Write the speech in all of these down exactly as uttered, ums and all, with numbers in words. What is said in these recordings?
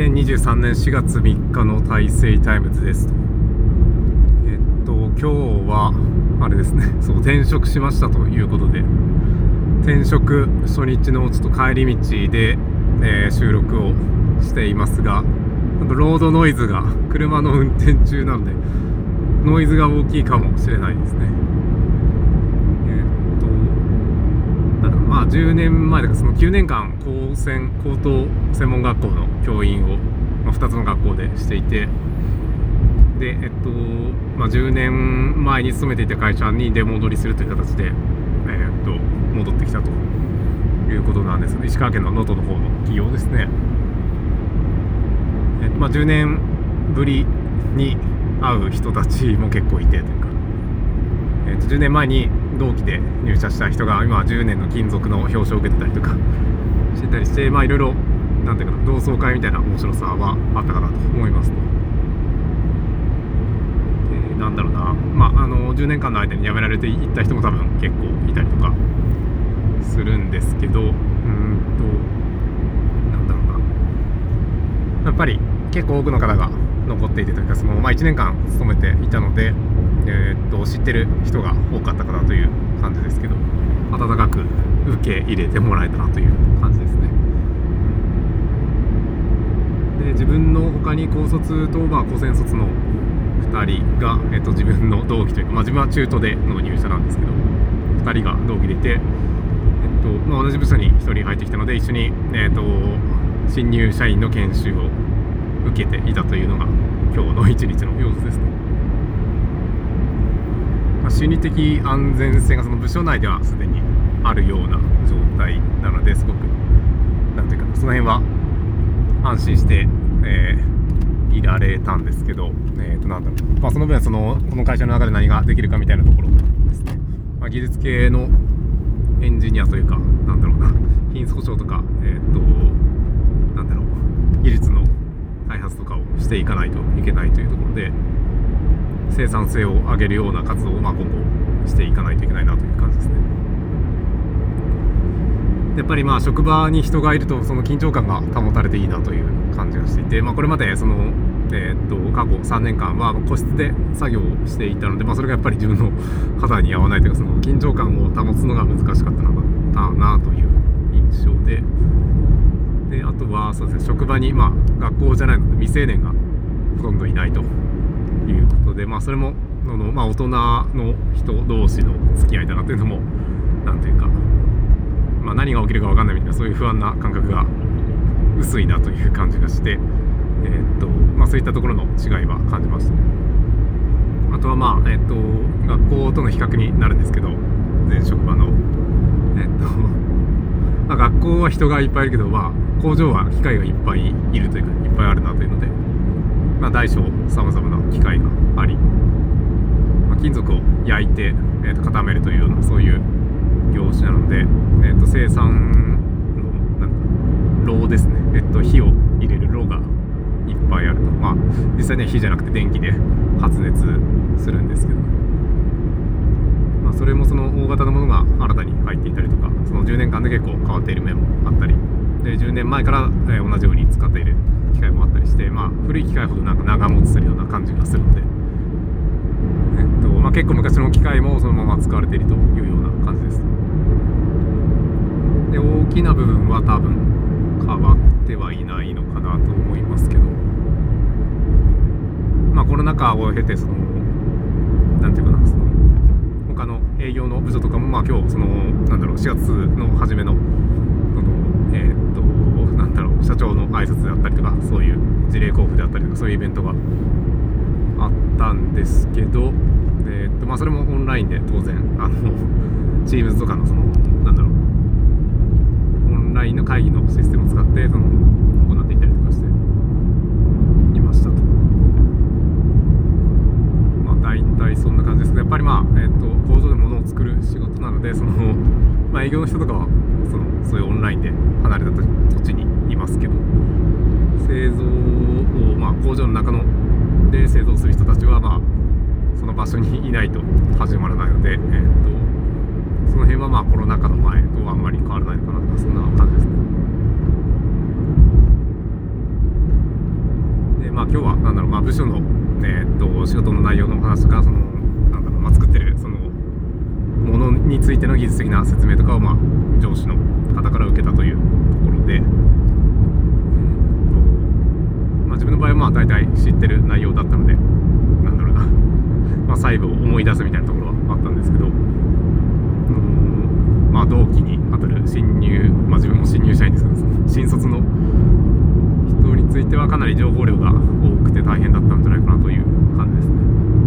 せんにじゅうさんねんしがつみっかの大成タイムズですと。えっと今日はあれですねそう転職しましたということで、転職初日のちょっと帰り道で、えー、収録をしていますが、ロードノイズが車の運転中なのでノイズが大きいかもしれないですね。えっとなんだろう、まあじゅうねんまえだからそのきゅうねんかん高専高等専門学校の教員を、まあ、ふたつの学校でしていて、でえっとまあじゅうねんまえに勤めていた会社に出戻りするという形で、えー、っと戻ってきたということなんです。石川県の能登の方の企業ですね。えっとまあ、じゅうねんぶりに会う人たちも結構いてというか、えっとじゅうねんまえに同期で入社した人が今はじゅうねんの勤続の表彰を受けてたりとかしてたりして、まあいろいろなんていうかな、同窓会みたいな面白さはあったかなと思いますと。でなんだろうな、まああのじゅうねんかんの間に辞められていった人も多分結構いたりとかするんですけど、うーんとなんだろうな、やっぱり結構多くの方が残っていてというか、そのまあいちねんかん勤めていたので、えー、っと知ってる人が多かったかなという感じですけど、温かく受け入れてもらえたなという感じですね。で自分の他に高卒と、まあ、高専卒のふたりが、えー、っと自分の同期というか、まあ、自分は中途での入社なんですけど、ふたりが同期でいて、えっとまあ、同じ部署にひとり入ってきたので、一緒に、えー、っと新入社員の研修を受けていたというのが今日の一日の様子ですね。まあ、心理的安全性がその部署内ではすでにあるような状態なので、すごくなんていうかその辺は安心して、えー、いられたんですけど、えー、となんだろう、まあ、その分そのこの会社の中で何ができるかみたいなところですね。まあ、技術系のエンジニアというか、なんだろうな、品質保証とか、えー、となんだろう、技術の開発とかをしていかないといけないというところで、生産性を上げるような活動を、まあ、今後していかないといけないなという感じですね。やっぱりまあ職場に人がいるとその緊張感が保たれていいなという感じがしていて、まあ、これまでその、えー、っと過去さんねんかんは個室で作業をしていたので、まあ、それがやっぱり自分の肌に合わないというか、その緊張感を保つのが難しかったなという印象で、であとはそうですね、職場に、まあ、学校じゃないので未成年がほとんどいないということで、まあ、それものの、まあ、大人の人同士の付き合いだなというのも、なんていうか、まあ、何が起きるか分かんないみたいな、そういう不安な感覚が薄いなという感じがして、えーっとまあ、そういったところの違いは感じましたね。あとは、まあえーっと学校との比較になるんですけど、前職場の、えーっとまあ、学校は人がいっぱいいるけど、まあ、工場は機械がいっぱいいるというか、いっぱいあるなというので、まあ、大小さまざまな機械があり、まあ、金属を焼いて、えー、と固めるというような、そういう業種なので、えー、と生産のなんか炉ですね、えー、と火を入れる炉がいっぱいあると、まあ、実際には火じゃなくて電気で発熱するんですけど、まあ、それもその大型のものが新たに入っていたりとか、そのじゅうねんかんで結構変わっている面もあったりで、じゅうねんまえから、えー、同じように使っている機械もあったりして、まあ、古い機械ほどなんか長持ちするような感じがするので、えっとまあ、結構昔の機械もそのまま使われているというような感じです。で大きな部分は多分変わってはいないのかなと思いますけど、まあ、コロナ禍を経て、そのなんていうかな、その他の営業の部署とかも、まあ、今日そのなんだろうしがつの初めの、そのえー、っとなんだろう社長の挨拶であったりとか、そういう事例交付であったりとか、そういうイベントがあったんですけど、えー、っとまあそれもオンラインで当然、あの Teams とかのそのなんだろうオンラインの会議のシステムを使ってその行っていたりとかしていましたと。まあ大体そんな感じですね。やっぱりまあ、えー、っと工場で物を作る仕事なので、そのまあ営業の人とかはそのそういうオンラインで離れた土地にいますけど、製造を、まあ、工場の中ので製造する人たちは、まあ、その場所にいないと始まらないので、えー、とその辺はまあコロナ禍の前とあんまり変わらないのかなとか、そんな感じですね。 今日はなんだろう、まあ、部署の、えー、っと仕事の内容の話とか、そのなんだろう、まあ、作ってるそのものについての技術的な説明とかを、まあ、上司の方から受けたというところで、まあ、自分の場合はまあ大体知ってる内容だったので、なんだろうなまあ細部を思い出すみたいなところはあったんですけど、まあ、同期にあたる新入、まあ、自分も新入社員ですけど、新卒の人についてはかなり情報量が多くて大変だったんじゃないかなという感じですね。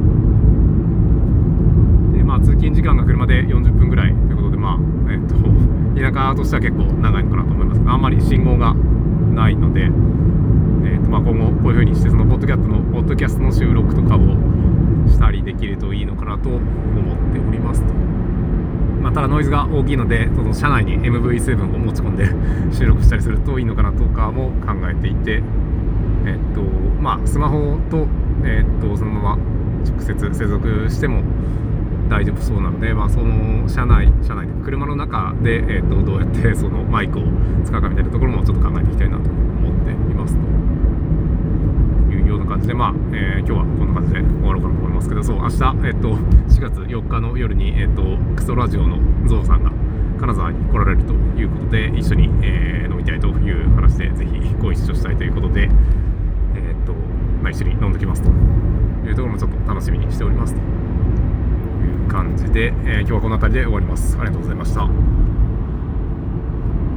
で、まあ、通勤時間が車でよんじゅっぷんぐらいということで、まあえっと、田舎としては結構長いのかなと思いますけど、あんまり信号がないので、えっとまあ、今後こういう風にしてそのポッドキャストのポッドキャストの収録とかをしたりできるといいのかなと思っておりますと。まあ、ただノイズが大きいので、その車内に エムブイセブン を持ち込んで収録したりするといいのかなとかも考えていて、えっとまあスマホと、えっとそのまま直接接続しても大丈夫そうなので、まあ、その車内車内で車の中で、えっとどうやってそのマイクを使うかみたいなところもちょっと考えていきたいなと思っていますというような感じで、まあえー、今日はこんな感じで終わろうかなと思いますけど、そう明日、えっとしがつよっかの夜に、えっとクソラジオのゾウさんが金沢に来られるということで、一緒に、えー、飲みたいという話で、ぜひご一緒したいということで、えっとまあ、一緒に飲んできますというところもちょっと楽しみにしておりますという感じで、えー、今日はこの辺りで終わります。ありがとうございました。